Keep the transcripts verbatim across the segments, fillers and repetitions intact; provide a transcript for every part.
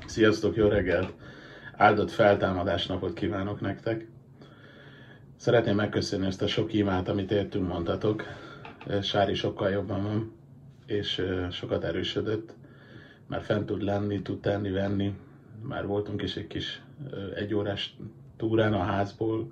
Sziasztok, jó reggelt! Áldott feltámadás napot kívánok nektek! Szeretném megköszönni ezt a sok imát, amit értünk mondtatok. Sári sokkal jobban van, és sokat erősödött. Már fent tud lenni, tud tenni, venni. Már voltunk is egy kis egyórás túrán a házból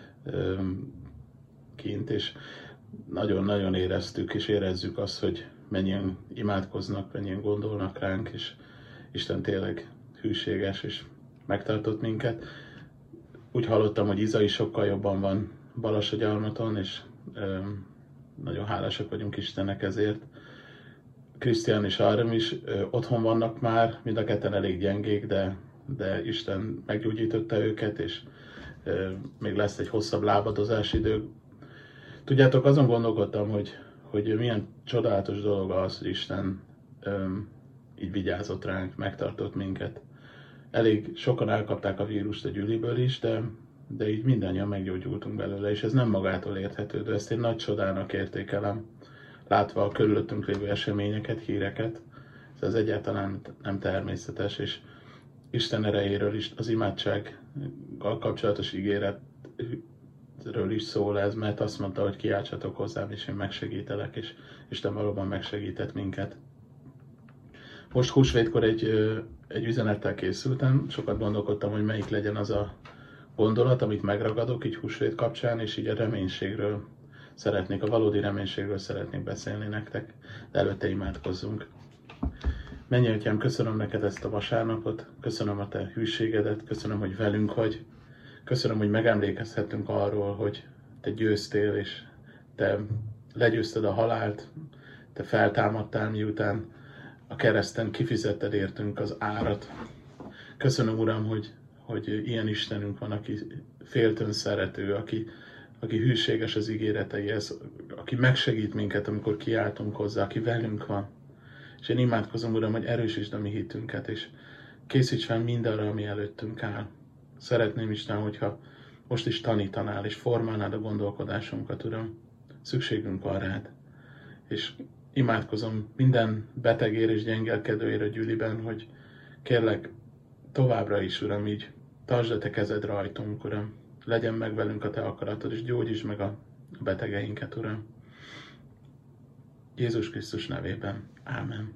kint, és nagyon-nagyon éreztük és érezzük azt, hogy mennyien imádkoznak, mennyien gondolnak ránk, és Isten tényleg hűséges, és megtartott minket. Úgy hallottam, hogy Iza is sokkal jobban van Balassagyarmaton, és ö, nagyon hálásak vagyunk Istennek ezért. Krisztián és Áram is ö, otthon vannak már, mind a ketten elég gyengék, de, de Isten meggyógyította őket, és ö, még lesz egy hosszabb lábadozás idő. Tudjátok, azon gondolkodtam, hogy, hogy milyen csodálatos dolog az, hogy Isten ö, így vigyázott ránk, megtartott minket. Elég sokan elkapták a vírust a gyűliből is, de, de így mindannyian meggyógyultunk belőle, és ez nem magától érthető, de ezt én nagy csodának értékelem, látva a körülöttünk lévő eseményeket, híreket. Ez egyáltalán nem természetes, és Isten erejéről is, az imádsággal kapcsolatos ígéretről is szól ez, mert azt mondta, hogy kiáltsatok hozzám, és én megsegítelek, és Isten valóban megsegített minket. Most húsvétkor egy, egy üzenettel készültem, sokat gondolkodtam, hogy melyik legyen az a gondolat, amit megragadok így húsvét kapcsán, és így a reménységről szeretnék, a valódi reménységről szeretnék beszélni nektek, de előtte imádkozzunk. Mennyei Atyám, köszönöm neked ezt a vasárnapot, köszönöm a te hűségedet, köszönöm, hogy velünk vagy, köszönöm, hogy megemlékezhetünk arról, hogy te győztél, és te legyőzted a halált, te feltámadtál, miután a kereszten kifizetted értünk az árat. Köszönöm, Uram, hogy, hogy ilyen Istenünk van, aki féltőn szerető, aki, aki hűséges az ígéreteihez, aki megsegít minket, amikor kiáltunk hozzá, aki velünk van. És én imádkozom, Uram, hogy erősítsd a mi hitünket, és készíts fel mindarra, ami előttünk áll. Szeretném, Isten, hogyha most is tanítanál, és formálnád a gondolkodásunkat, Uram. Szükségünk van rád. És imádkozom minden betegért és gyengelkedőért a gyűliben, hogy kérlek továbbra is, Uram, így tartsd a te kezed rajtunk, Uram. Legyen meg velünk a te akaratod, és gyógyítsd meg a betegeinket, Uram. Jézus Krisztus nevében. Ámen.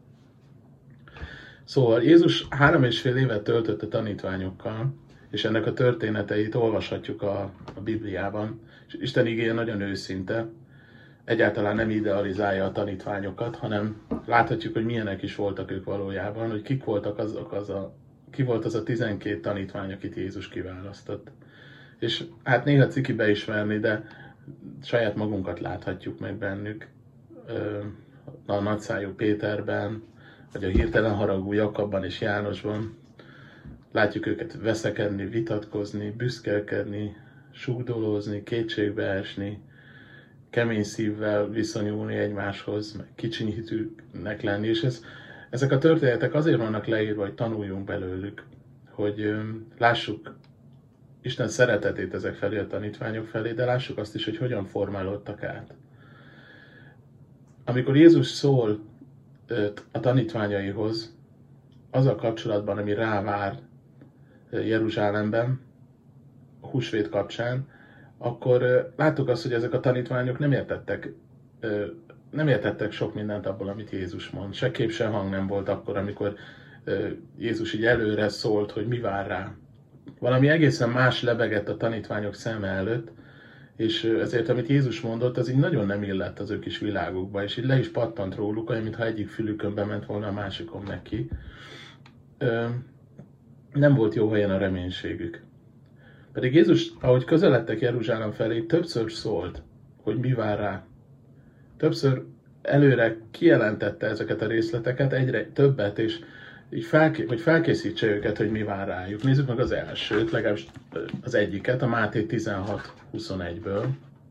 Szóval Jézus három és fél évet töltött a tanítványokkal, és ennek a történeteit olvashatjuk a, a Bibliában. És Isten igéje nagyon őszinte, egyáltalán nem idealizálja a tanítványokat, hanem láthatjuk, hogy milyenek is voltak ők valójában, hogy kik voltak azok az a, ki volt az a tizenkét tanítvány, akit Jézus kiválasztott. És hát néha ciki beismerni, de saját magunkat láthatjuk meg bennük. A nagyszájú Péterben, vagy a hirtelen haragú Jakabban és Jánosban. Látjuk őket veszekedni, vitatkozni, büszkelkedni, sugdolózni, kétségbe esni, kemény szívvel viszonyulni egymáshoz, meg kicsiny hitűnek lenni, és ez, ezek a történetek azért vannak leírva, hogy tanuljunk belőlük, hogy ö, lássuk Isten szeretetét ezek felé, a tanítványok felé, de lássuk azt is, hogy hogyan formálódtak át. Amikor Jézus szól ö, a tanítványaihoz, azzal kapcsolatban, ami rávár Jeruzsálemben, a húsvét kapcsán, akkor láttuk azt, hogy ezek a tanítványok nem értettek, nem értettek sok mindent abból, amit Jézus mond. Se kép, se hang nem volt akkor, amikor Jézus így előre szólt, hogy mi vár rá. Valami egészen más lebegett a tanítványok szeme előtt, és ezért, amit Jézus mondott, az így nagyon nem illett az ő kis világukba, és így le is pattant róluk, olyan, mintha egyik fülükön bement volna a másikon neki. Nem volt jó helyen a reménységük. Pedig Jézus, ahogy közeledtek Jeruzsálem felé, többször szólt, hogy mi vár rá. Többször előre kijelentette ezeket a részleteket, egyre többet, és így felké- hogy felkészítse őket, hogy mi vár rájuk. Nézzük meg az elsőt, legalábbis az egyiket, a Máté tizenhat huszonegyből.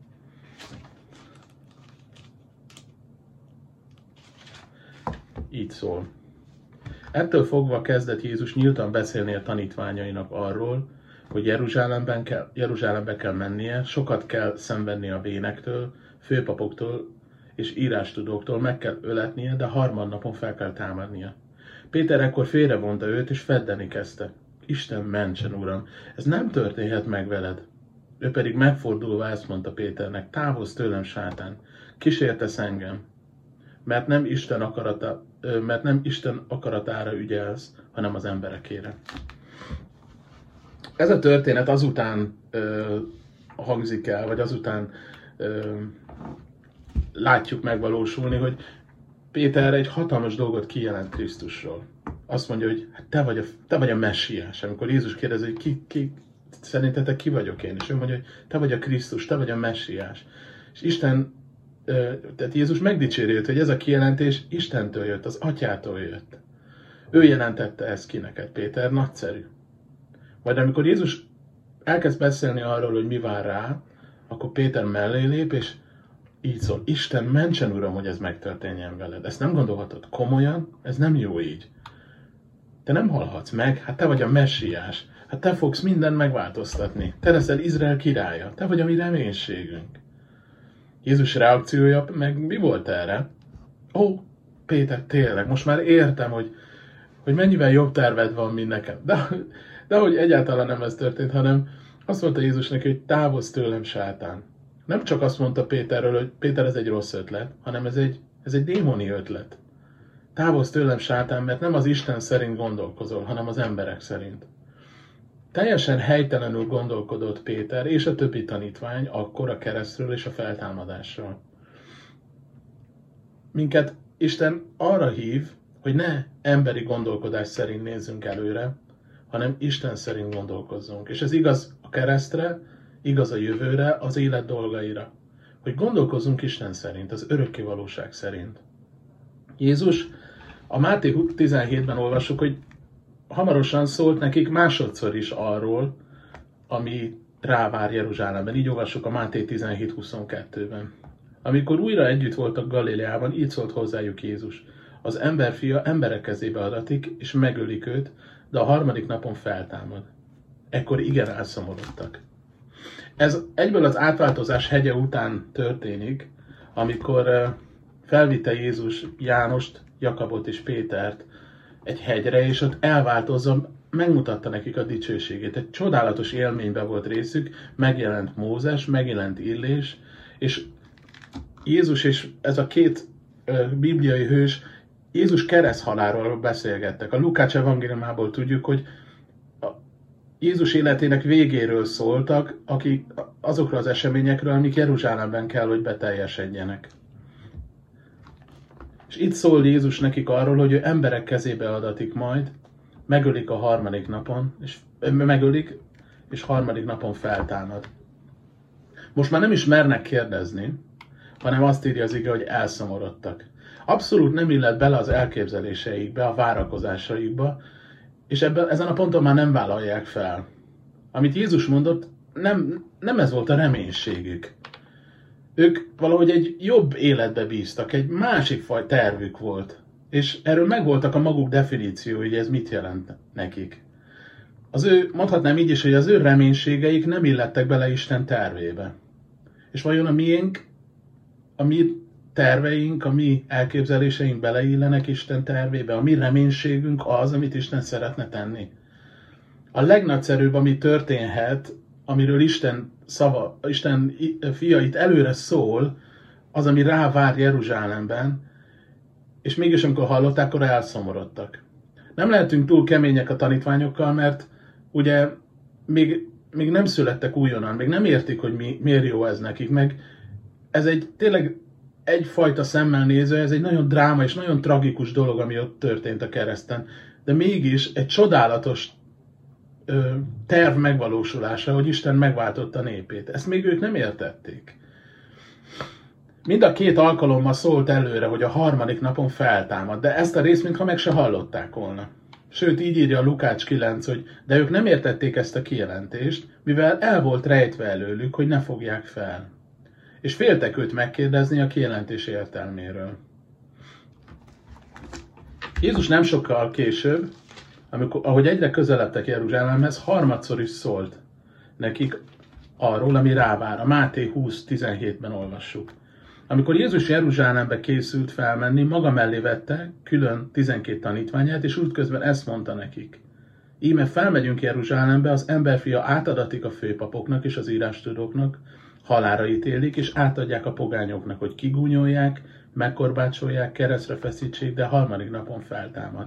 Így szól. Ettől fogva kezdett Jézus nyíltan beszélni a tanítványainak arról, hogy Jeruzsálemben kell, Jeruzsálembe kell mennie, sokat kell szenvednie a vénektől, főpapoktól és írástudóktól, meg kell öletnie, de harmadnapon fel kell támadnia. Péter ekkor félrevonta őt, és feddeni kezdte. Isten mentsen, Uram, ez nem történhet meg veled. Ő pedig megfordulva ezt mondta Péternek, távozz tőlem, sátán, kísértesz engem, mert nem Isten akarata, mert nem Isten akaratára ügyelsz, hanem az emberekére. Ez a történet azután ö, hangzik el, vagy azután ö, látjuk megvalósulni, hogy Péter egy hatalmas dolgot kijelent Krisztusról. Azt mondja, hogy hát te vagy a, te vagy a messiás. Amikor Jézus kérdezi, hogy ki, ki, szerintetek ki vagyok én? És ő mondja, hogy te vagy a Krisztus, te vagy a messiás. És Isten, tehát Jézus megdicséri őt, hogy ez a kijelentés Istentől jött, az Atyától jött. Ő jelentette ezt ki neked, Péter, nagyszerű. Majd amikor Jézus elkezd beszélni arról, hogy mi vár rá, akkor Péter mellé lép, és így szól, Isten mentsen, Uram, hogy ez megtörténjen veled. Ezt nem gondolhatod komolyan, ez nem jó így. Te nem halhatsz meg, hát te vagy a messiás. Hát te fogsz mindent megváltoztatni. Te leszel Izrael királya. Te vagy a mi reménységünk. Jézus reakciója meg mi volt erre? Ó, Péter, tényleg, most már értem, hogy, hogy mennyivel jobb terved van, mint nekem. De, de hogy egyáltalán nem ez történt, hanem azt mondta Jézus neki, hogy távozz tőlem, sátán. Nem csak azt mondta Péterről, hogy Péter, ez egy rossz ötlet, hanem ez egy, ez egy démoni ötlet. Távozz tőlem, sátán, mert nem az Isten szerint gondolkozol, hanem az emberek szerint. Teljesen helytelenül gondolkodott Péter és a többi tanítvány akkor a keresztről és a feltámadásról. Minket Isten arra hív, hogy ne emberi gondolkodás szerint nézzünk előre, hanem Isten szerint gondolkozzunk. És ez igaz a keresztre, igaz a jövőre, az élet dolgaira. Hogy gondolkozzunk Isten szerint, az örökké valóság szerint. Jézus, a Máté tizenhétben olvassuk, hogy hamarosan szólt nekik másodszor is arról, ami rávár Jeruzsálemben. Így olvassuk a Máté tizenhét huszonkettőben. Amikor újra együtt voltak Galileában, így szólt hozzájuk Jézus. Az emberfia emberek kezébe adatik, és megölik őt, de a harmadik napon feltámad. Ekkor igen elszomorodtak. Ez egyből az átváltozás hegye után történik, amikor felvitte Jézus Jánost, Jakabot és Pétert egy hegyre, és ott elváltozva megmutatta nekik a dicsőségét. Egy csodálatos élményben volt részük, megjelent Mózes, megjelent Illés, és Jézus és ez a két ö, bibliai hős Jézus kereszthaláláról beszélgettek. A Lukács evangéliumából tudjuk, hogy a Jézus életének végéről szóltak, akik azokról az eseményekről, amik Jeruzsálemben kell, hogy beteljesedjenek. És itt szól Jézus nekik arról, hogy ő emberek kezébe adatik majd, megölik a harmadik napon, és megölik, és harmadik napon feltámad. Most már nem is mernek kérdezni, hanem azt írja az ige, hogy elszomorodtak. Abszolút nem illet bele az elképzeléseikbe, a várakozásaikba, és ebben, ezen a ponton már nem vállalják fel. Amit Jézus mondott, nem, nem ez volt a reménységük. Ők valahogy egy jobb életbe bíztak, egy másik faj tervük volt. És erről megvoltak a maguk definíciói, hogy ez mit jelent nekik. Az ő, mondhatnám így is, hogy az ő reménységeik nem illettek bele Isten tervébe. És vajon a miénk, a mi terveink, a mi elképzeléseink beleillenek Isten tervébe? A mi reménységünk az, amit Isten szeretne tenni? A legnagyszerűbb, ami történhet, amiről Isten szava, Isten fia itt előre szól, az, ami rá vár Jeruzsálemben, és mégis amikor hallották, akkor elszomorodtak. Nem lehetünk túl kemények a tanítványokkal, mert ugye még, még nem születtek újonnan, még nem értik, hogy mi, miért jó ez nekik, meg ez egy tényleg egyfajta szemmel nézve, ez egy nagyon dráma és nagyon tragikus dolog, ami ott történt a kereszten, de mégis egy csodálatos ö, terv megvalósulása, hogy Isten megváltotta népét. Ezt még ők nem értették. Mind a két alkalommal szólt előre, hogy a harmadik napon feltámad, de ezt a részt mintha meg se hallották volna. Sőt, így írja a Lukács kilenc, hogy de ők nem értették ezt a kijelentést, mivel el volt rejtve előlük, hogy ne fogják fel. És féltek őt megkérdezni a kijelentés értelméről. Jézus nem sokkal később, amikor, ahogy egyre közeledtek Jeruzsálemhez, harmadszor is szólt nekik arról, ami rávár. A Máté húsz tizenhétben olvassuk. Amikor Jézus Jeruzsálembe készült felmenni, maga mellé vette külön tizenkét tanítványát, és útközben ezt mondta nekik. Íme felmegyünk Jeruzsálembe, az emberfia átadatik a főpapoknak és az írástudóknak, halálra ítélik, és átadják a pogányoknak, hogy kigúnyolják, megkorbácsolják, keresztre feszítsék, de harmadik napon feltámad.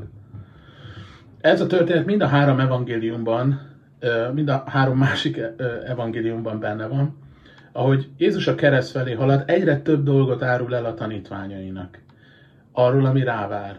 Ez a történet mind a három evangéliumban, mind a három másik evangéliumban benne van, ahogy Jézus a kereszt felé halad, egyre több dolgot árul el a tanítványainak. Arról, ami rávár.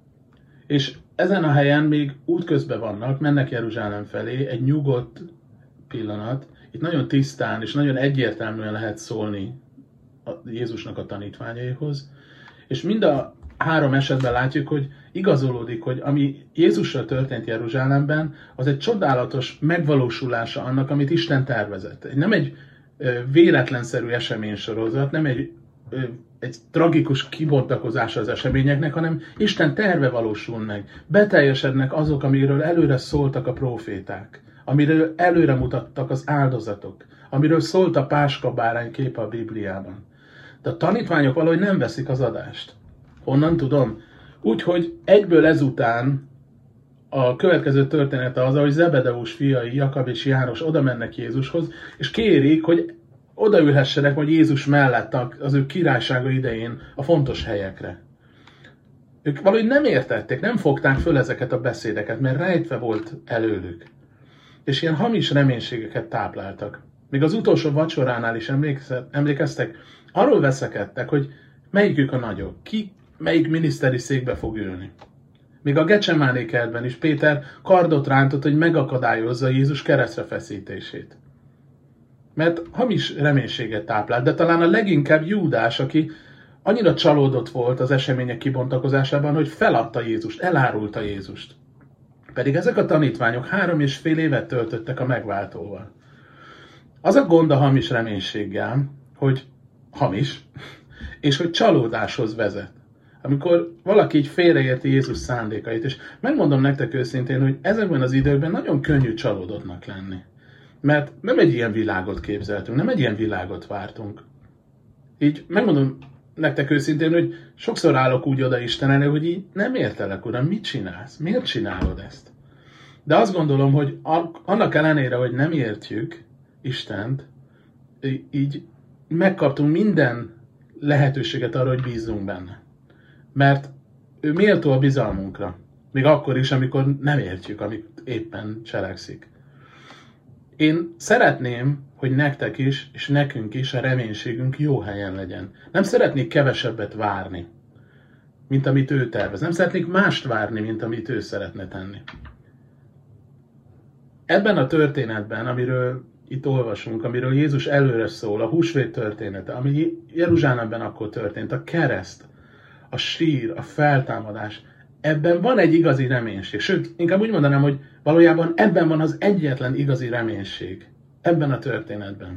És ezen a helyen még útközben vannak, mennek Jeruzsálem felé, egy nyugodt pillanat. Itt nagyon tisztán és nagyon egyértelműen lehet szólni a Jézusnak a tanítványaihoz. És mind a három esetben látjuk, hogy igazolódik, hogy ami Jézusra történt Jeruzsálemben, az egy csodálatos megvalósulása annak, amit Isten tervezett. Nem egy véletlenszerű eseménysorozat, nem egy, egy tragikus kibontakozása az eseményeknek, hanem Isten terve valósul meg. Beteljesednek azok, amiről előre szóltak a próféták, amiről előre mutattak az áldozatok, amiről szólt a páskabárány képe a Bibliában. De a tanítványok valahogy nem veszik az adást. Honnan tudom? Úgyhogy egyből ezután a következő története az, hogy Zebedeus fiai, Jakab és János oda mennek Jézushoz, és kérik, hogy odaülhessenek majd Jézus mellett az ő királysága idején a fontos helyekre. Ők valahogy nem értették, nem fogták föl ezeket a beszédeket, mert rejtve volt előlük. És ilyen hamis reménységeket tápláltak. Még az utolsó vacsoránál is emlékeztek, arról veszekedtek, hogy melyikük a nagyobb, ki melyik miniszteri székbe fog ülni. Még a Gecsemáné kertben is Péter kardot rántott, hogy megakadályozza Jézus keresztre feszítését. Mert hamis reménységet táplált, de talán a leginkább Júdás, aki annyira csalódott volt az események kibontakozásában, hogy feladta Jézust, elárulta Jézust. Pedig ezek a tanítványok három és fél évet töltöttek a megváltóval. Az a gond a hamis reménységgel, hogy hamis, és hogy csalódáshoz vezet. Amikor valaki így félreérti Jézus szándékait, és megmondom nektek őszintén, hogy ezekben az időkben nagyon könnyű csalódottnak lenni. Mert nem egy ilyen világot képzeltünk, nem egy ilyen világot vártunk. Így megmondom nektek őszintén, hogy sokszor állok úgy oda Isten elé, hogy így nem értelek, Uram, mit csinálsz? Miért csinálod ezt? De azt gondolom, hogy annak ellenére, hogy nem értjük Istent, így megkaptunk minden lehetőséget arra, hogy bízzunk benne. Mert ő méltó a bizalmunkra. Még akkor is, amikor nem értjük, amit éppen cselekszik. Én szeretném, hogy nektek is, és nekünk is a reménységünk jó helyen legyen. Nem szeretnék kevesebbet várni, mint amit ő tervez. Nem szeretnék mást várni, mint amit ő szeretne tenni. Ebben a történetben, amiről itt olvasunk, amiről Jézus előre szól, a húsvét története, ami Jeruzsálemben akkor történt, a kereszt, a sír, a feltámadás, ebben van egy igazi reménység. Sőt, inkább úgy mondanám, hogy valójában ebben van az egyetlen igazi reménység. Ebben a történetben.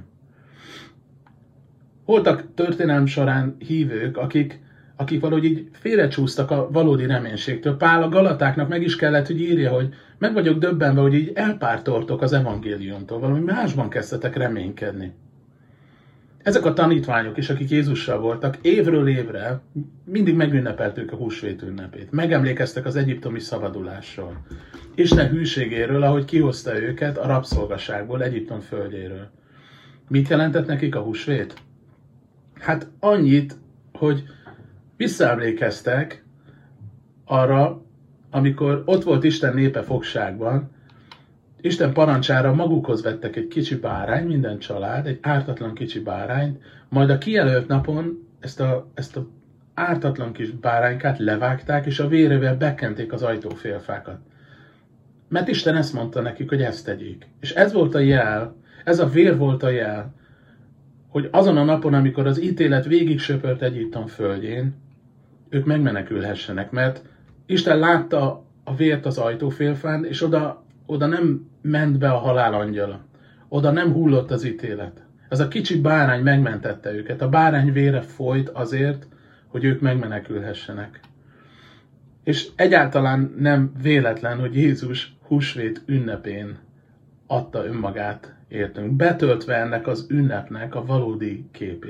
Voltak történelem során hívők, akik, akik valahogy így félrecsúsztak a valódi reménységtől. Pál a Galatáknak meg is kellett, hogy írja, hogy meg vagyok döbbenve, hogy így elpártoltok az evangéliumtól. Valami másban kezdtetek reménykedni. Ezek a tanítványok is, akik Jézussal voltak, évről évre mindig megünnepeltük a húsvét ünnepét. Megemlékeztek az egyiptomi szabadulásról. Isten hűségéről, ahogy kihozta őket a rabszolgaságból, Egyiptom földjéről. Mit jelentett nekik a húsvét? Hát annyit, hogy visszaemlékeztek arra, amikor ott volt Isten népe fogságban, Isten parancsára magukhoz vettek egy kicsi bárány, minden család, egy ártatlan kicsi bárányt, majd a kijelölt napon ezt a, ezt a ártatlan kis báránykát levágták, és a vérével bekenték az ajtófélfákat. Mert Isten ezt mondta nekik, hogy ezt tegyék. És ez volt a jel, ez a vér volt a jel, hogy azon a napon, amikor az ítélet végig söpört Egyiptom földjén, ők megmenekülhessenek, mert Isten látta a vért az ajtófélfán, és oda Oda nem ment be a halál angyala. Oda nem hullott az ítélet. Ez a kicsi bárány megmentette őket. A bárány vére folyt azért, hogy ők megmenekülhessenek. És egyáltalán nem véletlen, hogy Jézus húsvét ünnepén adta önmagát értünk, betöltve ennek az ünnepnek a valódi képét.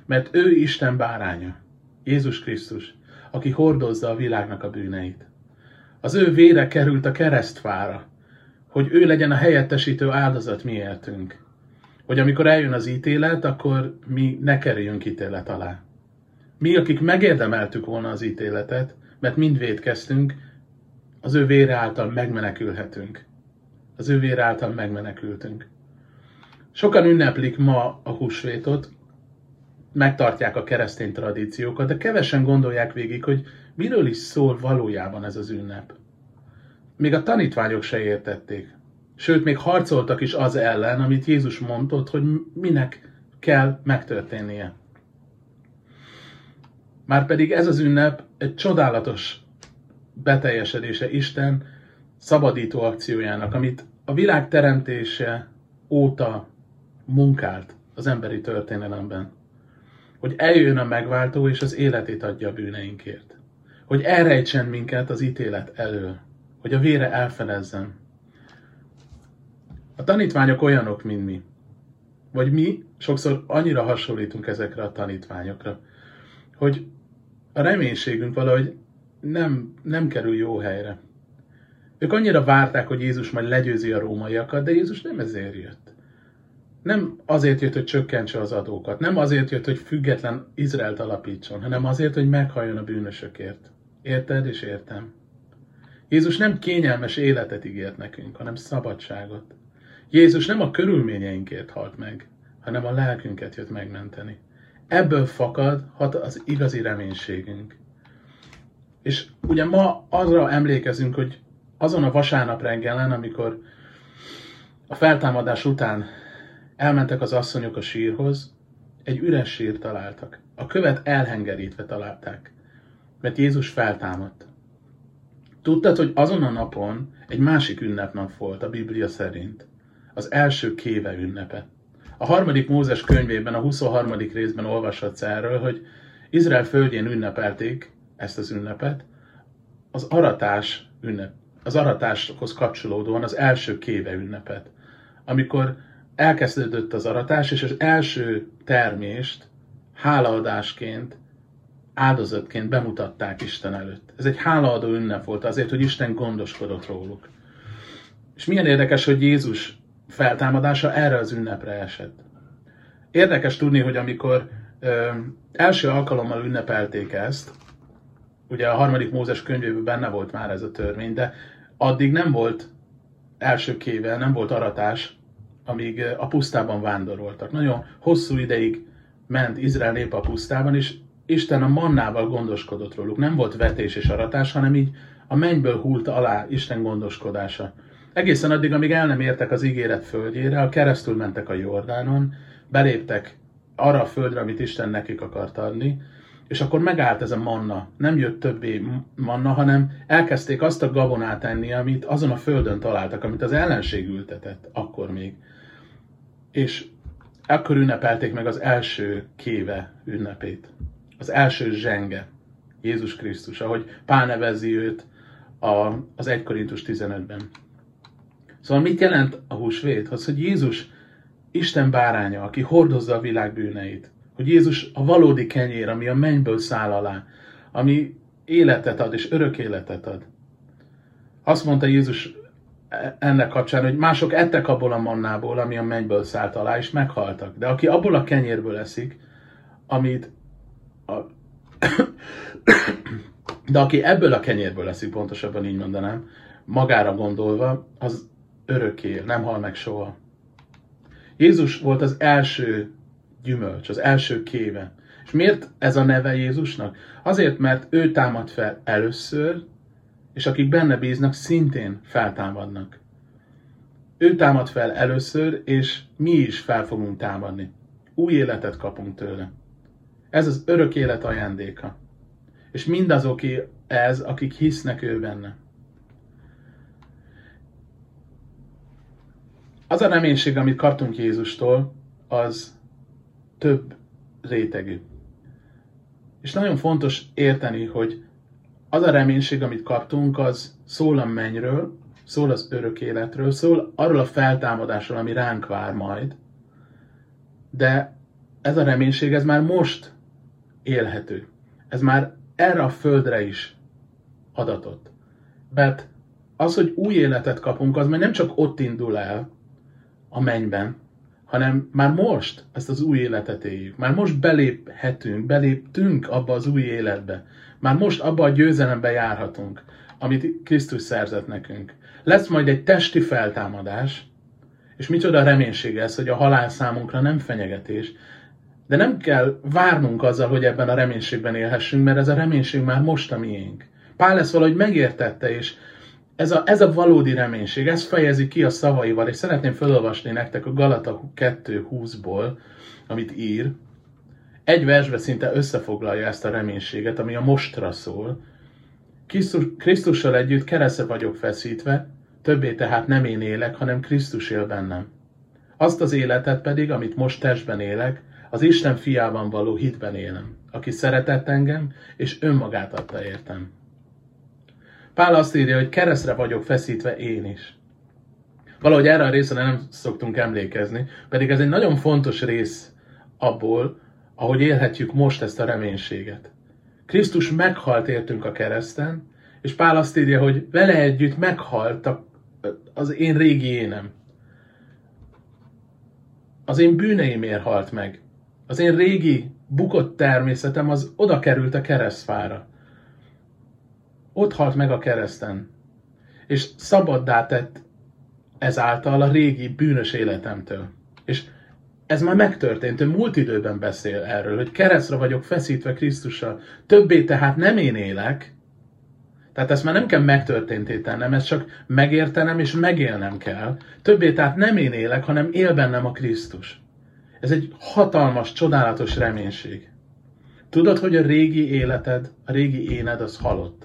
Mert ő Isten báránya, Jézus Krisztus, aki hordozza a világnak a bűneit. Az ő vére került a keresztfára, hogy ő legyen a helyettesítő áldozat miértünk. Hogy amikor eljön az ítélet, akkor mi ne kerüljünk ítélet alá. Mi, akik megérdemeltük volna az ítéletet, mert mind vétkeztünk, az ő vére által megmenekülhetünk. Az ő vére által megmenekültünk. Sokan ünneplik ma a húsvétot, megtartják a keresztény tradíciókat, de kevesen gondolják végig, hogy miről is szól valójában ez az ünnep. Még a tanítványok se értették. Sőt, még harcoltak is az ellen, amit Jézus mondott, hogy minek kell megtörténnie. Márpedig ez az ünnep egy csodálatos beteljesedése Isten szabadító akciójának, amit a világ teremtése óta munkált az emberi történelemben. Hogy eljön a megváltó, és az életét adja a bűneinkért. Hogy elrejtsen minket az ítélet elől. Hogy a vére elfedezzen. A tanítványok olyanok, mint mi. Vagy mi sokszor annyira hasonlítunk ezekre a tanítványokra, hogy a reménységünk valahogy nem, nem kerül jó helyre. Ők annyira várták, hogy Jézus majd legyőzi a rómaiakat, de Jézus nem ezért jött. Nem azért jött, hogy csökkentse az adókat, nem azért jött, hogy független Izraelt alapítson, hanem azért, hogy meghalljon a bűnösökért. Érted és értem? Jézus nem kényelmes életet ígért nekünk, hanem szabadságot. Jézus nem a körülményeinkért halt meg, hanem a lelkünket jött megmenteni. Ebből fakadhat az igazi reménységünk. És ugye ma arra emlékezünk, hogy azon a vasárnap reggelen, amikor a feltámadás után elmentek az asszonyok a sírhoz, egy üres sírt találtak. A követ elhengerítve találták, mert Jézus feltámadt. Tudtad, hogy azon a napon egy másik ünnepnap volt a Biblia szerint, az első kéve ünnepe. A harmadik Mózes könyvében, a huszonharmadik részben olvashatsz erről, hogy Izrael földjén ünnepelték ezt az ünnepet, az aratás ünnep, az aratáshoz kapcsolódóan az első kéve ünnepet, amikor elkezdődött az aratás, és az első termést hálaadásként, áldozatként bemutatták Isten előtt. Ez egy hálaadó ünnep volt azért, hogy Isten gondoskodott róluk. És milyen érdekes, hogy Jézus feltámadása erre az ünnepre esett. Érdekes tudni, hogy amikor ö, első alkalommal ünnepelték ezt, ugye a harmadik Mózes könyvében benne volt már ez a törvény, de addig nem volt első kével, nem volt aratás, amíg a pusztában vándoroltak. Nagyon hosszú ideig ment Izrael nép a pusztában, és Isten a mannával gondoskodott róluk. Nem volt vetés és aratás, hanem így a mennyből hult alá Isten gondoskodása. Egészen addig, amíg el nem értek az ígéret földjére, a keresztül mentek a Jordánon, beléptek arra a földre, amit Isten nekik akart adni, és akkor megállt ez a manna. Nem jött többé manna, hanem elkezdték azt a gabonát enni, amit azon a földön találtak, amit az ellenség ültetett, akkor még. És akkor ünnepelték meg az első kéve ünnepét. Az első zsenge, Jézus Krisztus, ahogy Pál nevezi őt a, az egy Korintus tizenötben. Szóval mit jelent a húsvét? Az, hogy Jézus Isten báránya, aki hordozza a világ bűneit. Hogy Jézus a valódi kenyér, ami a mennyből száll alá, ami életet ad és örök életet ad. Azt mondta Jézus ennek kapcsán, hogy mások ettek abból a mannából, ami a mennyből szállt alá, és meghaltak. De aki abból a kenyérből eszik, amit a... de aki ebből a kenyérből eszik, pontosabban így mondanám, magára gondolva, az örökké, nem hal meg soha. Jézus volt az első gyümölcs, az első kéve. És miért ez a neve Jézusnak? Azért, mert ő támad fel először, és akik benne bíznak, szintén feltámadnak. Ő támad fel először, és mi is fel fogunk támadni. Új életet kapunk tőle. Ez az örök élet ajándéka. És mindazoké ez, akik hisznek ő benne. Az a reménység, amit kaptunk Jézustól, az több rétegű. És nagyon fontos érteni, hogy az a reménység, amit kaptunk, az szól a mennyről, szól az örök életről, szól arról a feltámadásról, ami ránk vár majd, de ez a reménység, ez már most élhető. Ez már erre a földre is adatott. Mert az, hogy új életet kapunk, az már nem csak ott indul el a mennyben, hanem már most ezt az új életet éljük. Már most beléphetünk, beléptünk abba az új életbe. Már most abba a győzelembe járhatunk, amit Krisztus szerzett nekünk. Lesz majd egy testi feltámadás, és micsoda reménység ez, hogy a halál számunkra nem fenyegetés, de nem kell várnunk azzal, hogy ebben a reménységben élhessünk, mert ez a reménység már most a miénk. Pál ezt valahogy megértette, és ez a, ez a valódi reménység, ez fejezi ki a szavaival, és szeretném felolvasni nektek a Galata kettő húszból, amit ír. Egy versbe szinte összefoglalja ezt a reménységet, ami a mostra szól. Krisztus, Krisztussal együtt keresztre vagyok feszítve, többé tehát nem én élek, hanem Krisztus él bennem. Azt az életet pedig, amit most testben élek, az Isten fiában való hitben élem, aki szeretett engem, és önmagát adta értem. Pál azt írja, hogy keresztre vagyok feszítve én is. Valahogy erre a részre nem szoktunk emlékezni, pedig ez egy nagyon fontos rész abból, ahogy élhetjük most ezt a reménységet. Krisztus meghalt értünk a kereszten, és Pál azt írja, hogy vele együtt meghalt az én régi énem. Az én bűneimért halt meg. Az én régi bukott természetem az oda került a keresztfára. Ott halt meg a kereszten. És szabaddá tett ezáltal a régi bűnös életemtől. És ez már megtörtént, ő múlt időben beszél erről, hogy keresztre vagyok feszítve Krisztussal. Többé tehát nem én élek, tehát ezt már nem kell megtörténté tennem, ezt csak megértenem és megélnem kell. Többé tehát nem én élek, hanem él bennem a Krisztus. Ez egy hatalmas, csodálatos reménység. Tudod, hogy a régi életed, a régi éned az halott.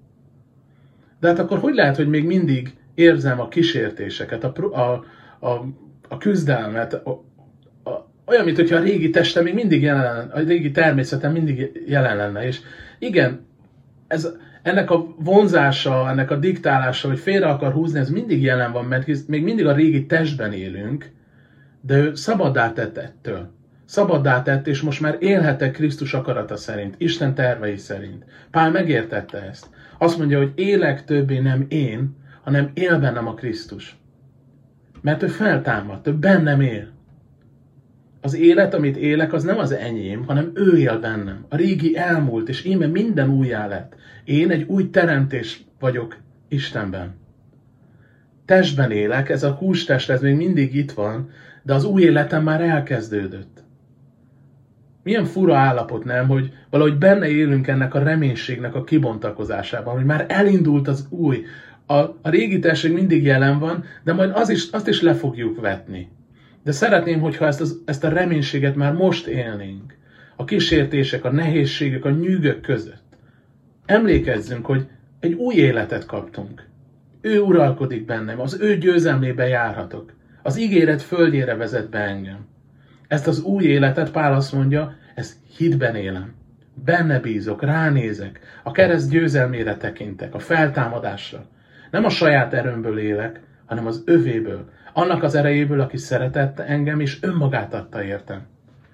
De hát akkor hogy lehet, hogy még mindig érzem a kísértéseket, a, a, a, a küzdelmet, a, a, olyan, mint hogyha a régi testem még mindig jelen, a régi természetem mindig jelen lenne. És igen, ez, ennek a vonzása, ennek a diktálása, hogy félre akar húzni, ez mindig jelen van, mert még mindig a régi testben élünk, de ő szabaddá tett ettől. Szabaddá tett, és most már élhetek Krisztus akarata szerint, Isten tervei szerint. Pál megértette ezt. Azt mondja, hogy élek többé nem én, hanem él bennem a Krisztus. Mert ő feltámadt, ő bennem él. Az élet, amit élek, az nem az enyém, hanem ő él bennem. A régi elmúlt, és íme minden újjá lett. Én egy új teremtés vagyok Istenben. Testben élek, ez a hústest, ez még mindig itt van, de az új életem már elkezdődött. Milyen fura állapot, nem, hogy valahogy benne élünk ennek a reménységnek a kibontakozásában, hogy már elindult az új. A, a régi testség mindig jelen van, de majd az is, azt is le fogjuk vetni. De szeretném, hogyha ezt, az, ezt a reménységet már most élnénk. A kísértések, a nehézségek, a nyűgök között. Emlékezzünk, hogy egy új életet kaptunk. Ő uralkodik bennem, az ő győzelmébe járhatok. Az ígéret földjére vezet be engem. Ezt az új életet, Pál azt mondja, ezt hitben élem. Benne bízok, ránézek, a kereszt győzelmére tekintek, a feltámadásra. Nem a saját erőmből élek, hanem az övéből. Annak az erejéből, aki szeretett engem, és önmagát adta értem.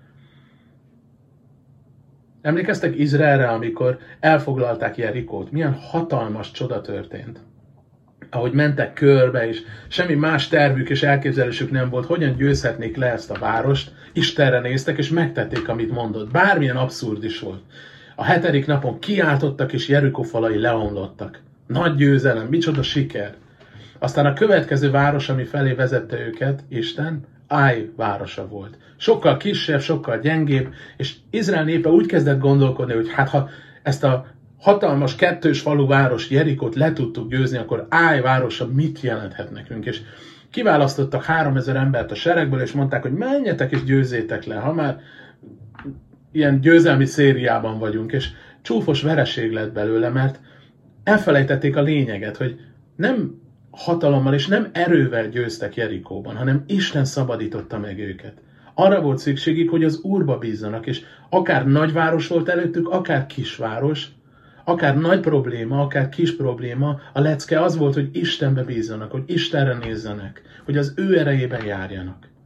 Emlékeztek Izraelre, amikor elfoglalták Jerikót? Milyen hatalmas csoda történt. Ahogy mentek körbe, és semmi más tervük és elképzelésük nem volt, hogyan győzhetnék le ezt a várost, Istenre néztek, és megtették, amit mondott. Bármilyen abszurd is volt. A hetedik napon kiáltottak, és Jerikó falai leomlottak. Nagy győzelem, micsoda siker. Aztán a következő város, ami felé vezette őket, Isten, Áj városa volt. Sokkal kisebb, sokkal gyengébb, és Izrael népe úgy kezdett gondolkodni, hogy hát ha ezt a hatalmas kettős falu város Jerikót le tudtuk győzni, akkor Áj városa mit jelenthet nekünk? És kiválasztottak háromezer embert a seregből, és mondták, hogy menjetek és győzzétek le, ha már ilyen győzelmi szériában vagyunk, és csúfos vereség lett belőle, mert elfelejtették a lényeget, hogy nem hatalommal és nem erővel győztek Jerikóban, hanem Isten szabadította meg őket. Arra volt szükségük, hogy az Úrba bízzanak, és akár nagyváros volt előttük, akár kisváros, akár nagy probléma, akár kis probléma, a lecke az volt, hogy Istenbe bízzanak, hogy Istenre nézzenek, hogy az ő erejében járjanak.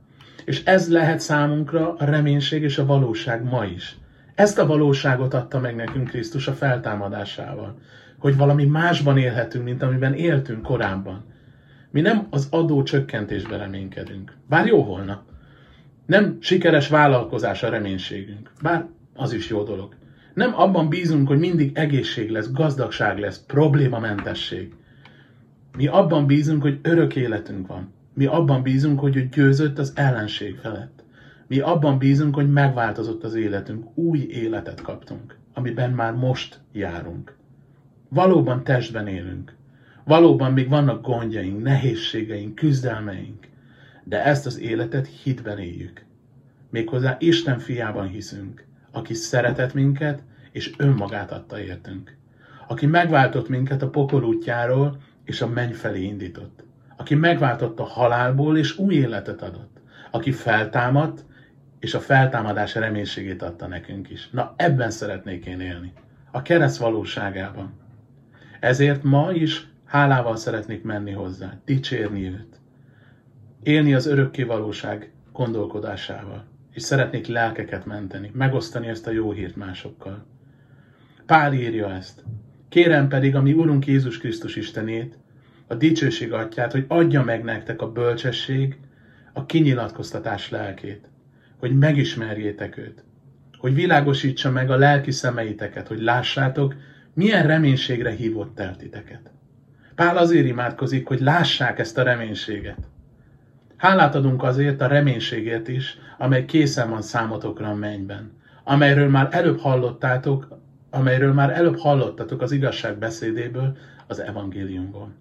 És ez lehet számunkra a reménység és a valóság ma is. Ezt a valóságot adta meg nekünk Krisztus a feltámadásával. Hogy valami másban élhetünk, mint amiben éltünk korábban. Mi nem az adó csökkentésben reménykedünk. Bár jó volna. Nem sikeres vállalkozás a reménységünk. Bár az is jó dolog. Nem abban bízunk, hogy mindig egészség lesz, gazdagság lesz, problémamentesség. Mi abban bízunk, hogy örök életünk van. Mi abban bízunk, hogy ő győzött az ellenség felett. Mi abban bízunk, hogy megváltozott az életünk, új életet kaptunk, amiben már most járunk. Valóban testben élünk. Valóban még vannak gondjaink, nehézségeink, küzdelmeink. De ezt az életet hitben éljük. Méghozzá Isten fiában hiszünk, aki szeretett minket, és önmagát adta értünk. Aki megváltott minket a pokol útjáról, és a menny felé indított. Aki megváltott a halálból, és új életet adott. Aki feltámadt, és a feltámadás reménységét adta nekünk is. Na, ebben szeretnék én élni. A kereszt valóságában. Ezért ma is hálával szeretnék menni hozzá, dicsérni őt. Élni az örökké valóság gondolkodásával. És szeretnék lelkeket menteni, megosztani ezt a jó hírt másokkal. Pál írja ezt. Kérem pedig a mi Urunk Jézus Krisztus Istenét, a dicsőség atyát, hogy adja meg nektek a bölcsesség, a kinyilatkoztatás lelkét, hogy megismerjétek őt, hogy világosítsa meg a lelki szemeiteket, hogy lássátok, milyen reménységre hívott el titeket. Pál azért imádkozik, hogy lássák ezt a reménységet. Hálát adunk azért a reménységért is, amely készen van számotokra a mennyben, amelyről már előbb hallottátok, amelyről már előbb hallottatok az igazság beszédéből, az evangéliumból.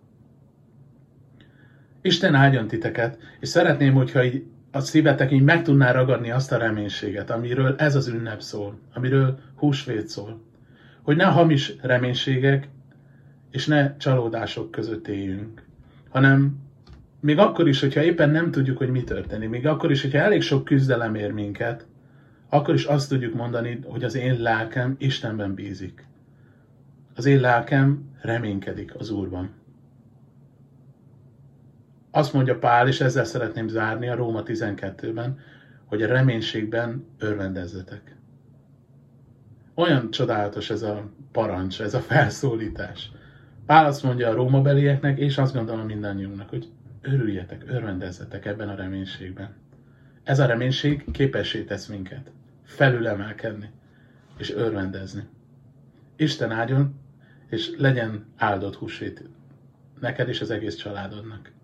Isten áldjon titeket, és szeretném, hogyha így a szívetek így meg tudná ragadni azt a reménységet, amiről ez az ünnep szól, amiről húsvét szól. Hogy ne hamis reménységek és ne csalódások között éljünk, hanem még akkor is, hogyha éppen nem tudjuk, hogy mi történik, még akkor is, hogyha elég sok küzdelem ér minket, akkor is azt tudjuk mondani, hogy az én lelkem Istenben bízik. Az én lelkem reménykedik az Úrban. Azt mondja Pál, és ezzel szeretném zárni a Róma tizenkettőben, hogy a reménységben örvendezzetek. Olyan csodálatos ez a parancs, ez a felszólítás. Pál azt mondja a rómabelieknek, és azt gondolom mindannyiunknak, hogy örüljetek, örvendezzetek ebben a reménységben. Ez a reménység képessé tesz minket felülemelkedni és örvendezni. Isten áldjon, és legyen áldott húsvét neked és az egész családodnak.